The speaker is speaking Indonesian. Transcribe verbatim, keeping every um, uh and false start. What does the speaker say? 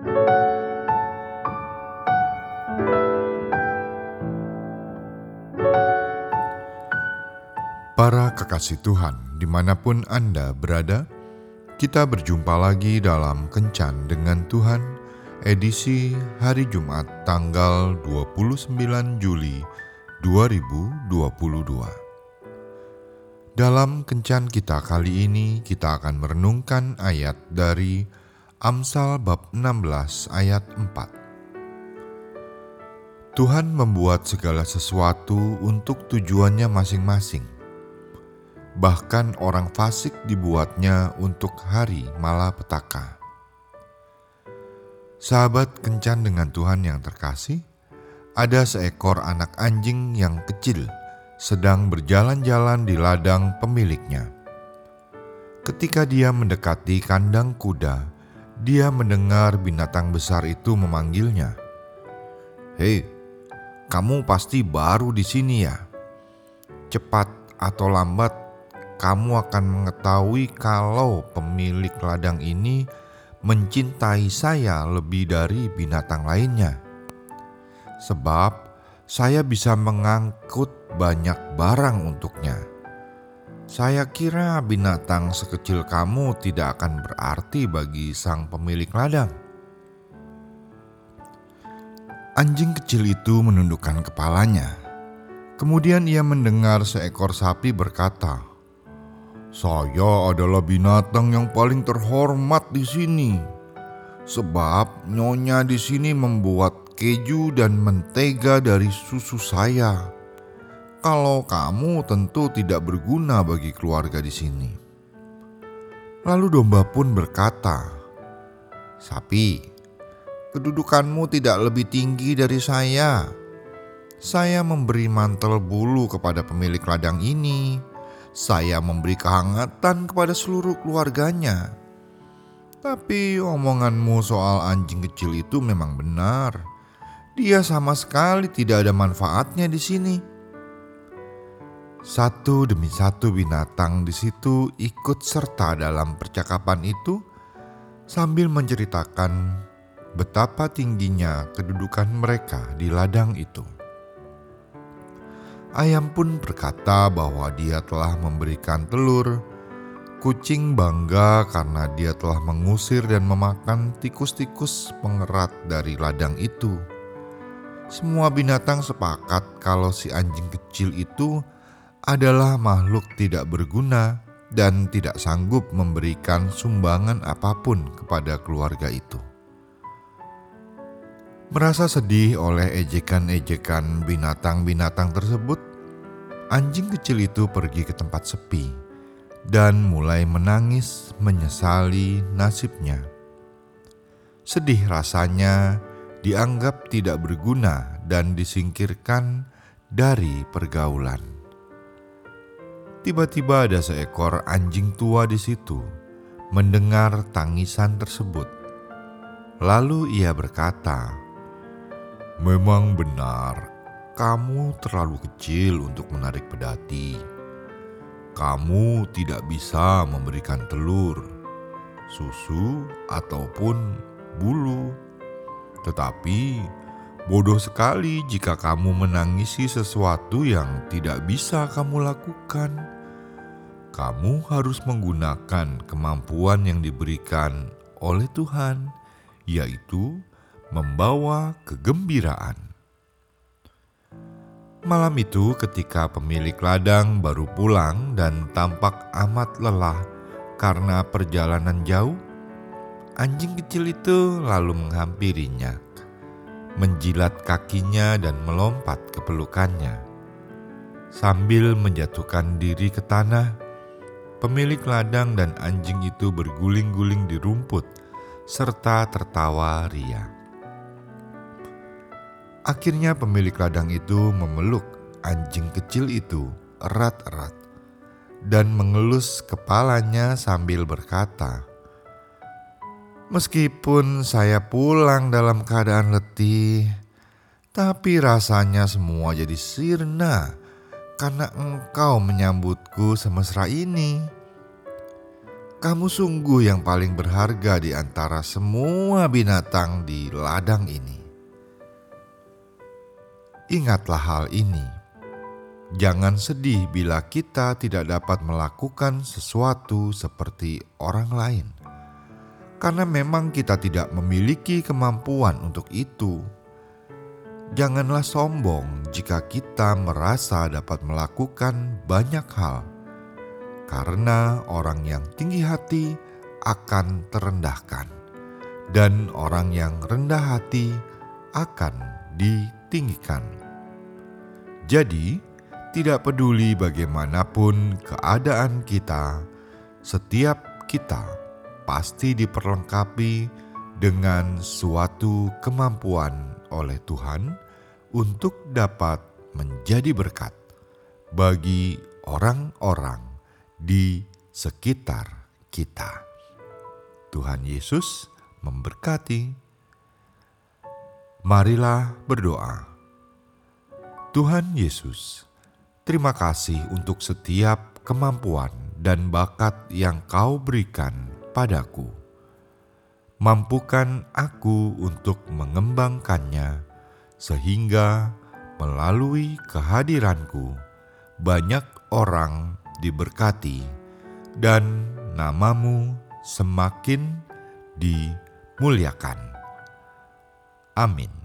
Para kekasih Tuhan, dimanapun Anda berada, kita berjumpa lagi dalam Kencan dengan Tuhan, edisi hari Jumat tanggal dua puluh sembilan Juli dua ribu dua puluh dua. Dalam Kencan kita kali ini, kita akan merenungkan ayat dari Amsal bab enam belas ayat empat. Tuhan membuat segala sesuatu untuk tujuannya masing-masing. Bahkan orang fasik dibuatnya untuk hari malapetaka. Sahabat Kencan dengan Tuhan yang terkasih, ada seekor anak anjing yang kecil sedang berjalan-jalan di ladang pemiliknya. Ketika dia mendekati kandang kuda, dia mendengar binatang besar itu memanggilnya. "Hei, kamu pasti baru di sini ya? Cepat atau lambat kamu akan mengetahui kalau pemilik ladang ini mencintai saya lebih dari binatang lainnya. Sebab saya bisa mengangkut banyak barang untuknya. Saya kira binatang sekecil kamu tidak akan berarti bagi sang pemilik ladang." Anjing kecil itu menundukkan kepalanya. Kemudian ia mendengar seekor sapi berkata, "Saya adalah binatang yang paling terhormat di sini, sebab nyonya di sini membuat keju dan mentega dari susu saya. Kalau kamu tentu tidak berguna bagi keluarga di sini." Lalu domba pun berkata, "Sapi, kedudukanmu tidak lebih tinggi dari saya. Saya memberi mantel bulu kepada pemilik ladang ini. Saya memberi kehangatan kepada seluruh keluarganya. Tapi omonganmu soal anjing kecil itu memang benar. Dia sama sekali tidak ada manfaatnya di sini." Satu demi satu binatang di situ ikut serta dalam percakapan itu sambil menceritakan betapa tingginya kedudukan mereka di ladang itu. Ayam pun berkata bahwa dia telah memberikan telur. Kucing bangga karena dia telah mengusir dan memakan tikus-tikus pengerat dari ladang itu. Semua binatang sepakat kalau si anjing kecil itu adalah makhluk tidak berguna dan tidak sanggup memberikan sumbangan apapun kepada keluarga itu. Merasa sedih oleh ejekan-ejekan binatang-binatang tersebut, anjing kecil itu pergi ke tempat sepi dan mulai menangis menyesali nasibnya. Sedih rasanya dianggap tidak berguna dan disingkirkan dari pergaulan. Tiba-tiba ada seekor anjing tua di situ mendengar tangisan tersebut. Lalu ia berkata, "Memang benar, kamu terlalu kecil untuk menarik pedati. Kamu tidak bisa memberikan telur, susu, ataupun bulu. Tetapi bodoh sekali jika kamu menangisi sesuatu yang tidak bisa kamu lakukan. Kamu harus menggunakan kemampuan yang diberikan oleh Tuhan, yaitu membawa kegembiraan." Malam itu ketika pemilik ladang baru pulang dan tampak amat lelah karena perjalanan jauh, anjing kecil itu lalu menghampirinya, menjilat kakinya dan melompat ke pelukannya. Sambil menjatuhkan diri ke tanah, pemilik ladang dan anjing itu berguling-guling di rumput serta tertawa ria. Akhirnya pemilik ladang itu memeluk anjing kecil itu erat-erat dan mengelus kepalanya sambil berkata, "Meskipun saya pulang dalam keadaan letih, tapi rasanya semua jadi sirna karena engkau menyambutku semesra ini." Kamu sungguh yang paling berharga di antara semua binatang di ladang ini. Ingatlah hal ini. Jangan sedih bila kita tidak dapat melakukan sesuatu seperti orang lain, karena memang kita tidak memiliki kemampuan untuk itu. Janganlah sombong jika kita merasa dapat melakukan banyak hal, karena orang yang tinggi hati akan terendahkan, dan orang yang rendah hati akan ditinggikan. Jadi, tidak peduli bagaimanapun keadaan kita, setiap kita pasti diperlengkapi dengan suatu kemampuan oleh Tuhan untuk dapat menjadi berkat bagi orang-orang di sekitar kita. Tuhan Yesus memberkati. Marilah berdoa. Tuhan Yesus, terima kasih untuk setiap kemampuan dan bakat yang Kau berikan padaku. Mampukan aku untuk mengembangkannya, sehingga melalui kehadiranku banyak orang diberkati dan nama-Mu semakin dimuliakan. Amin.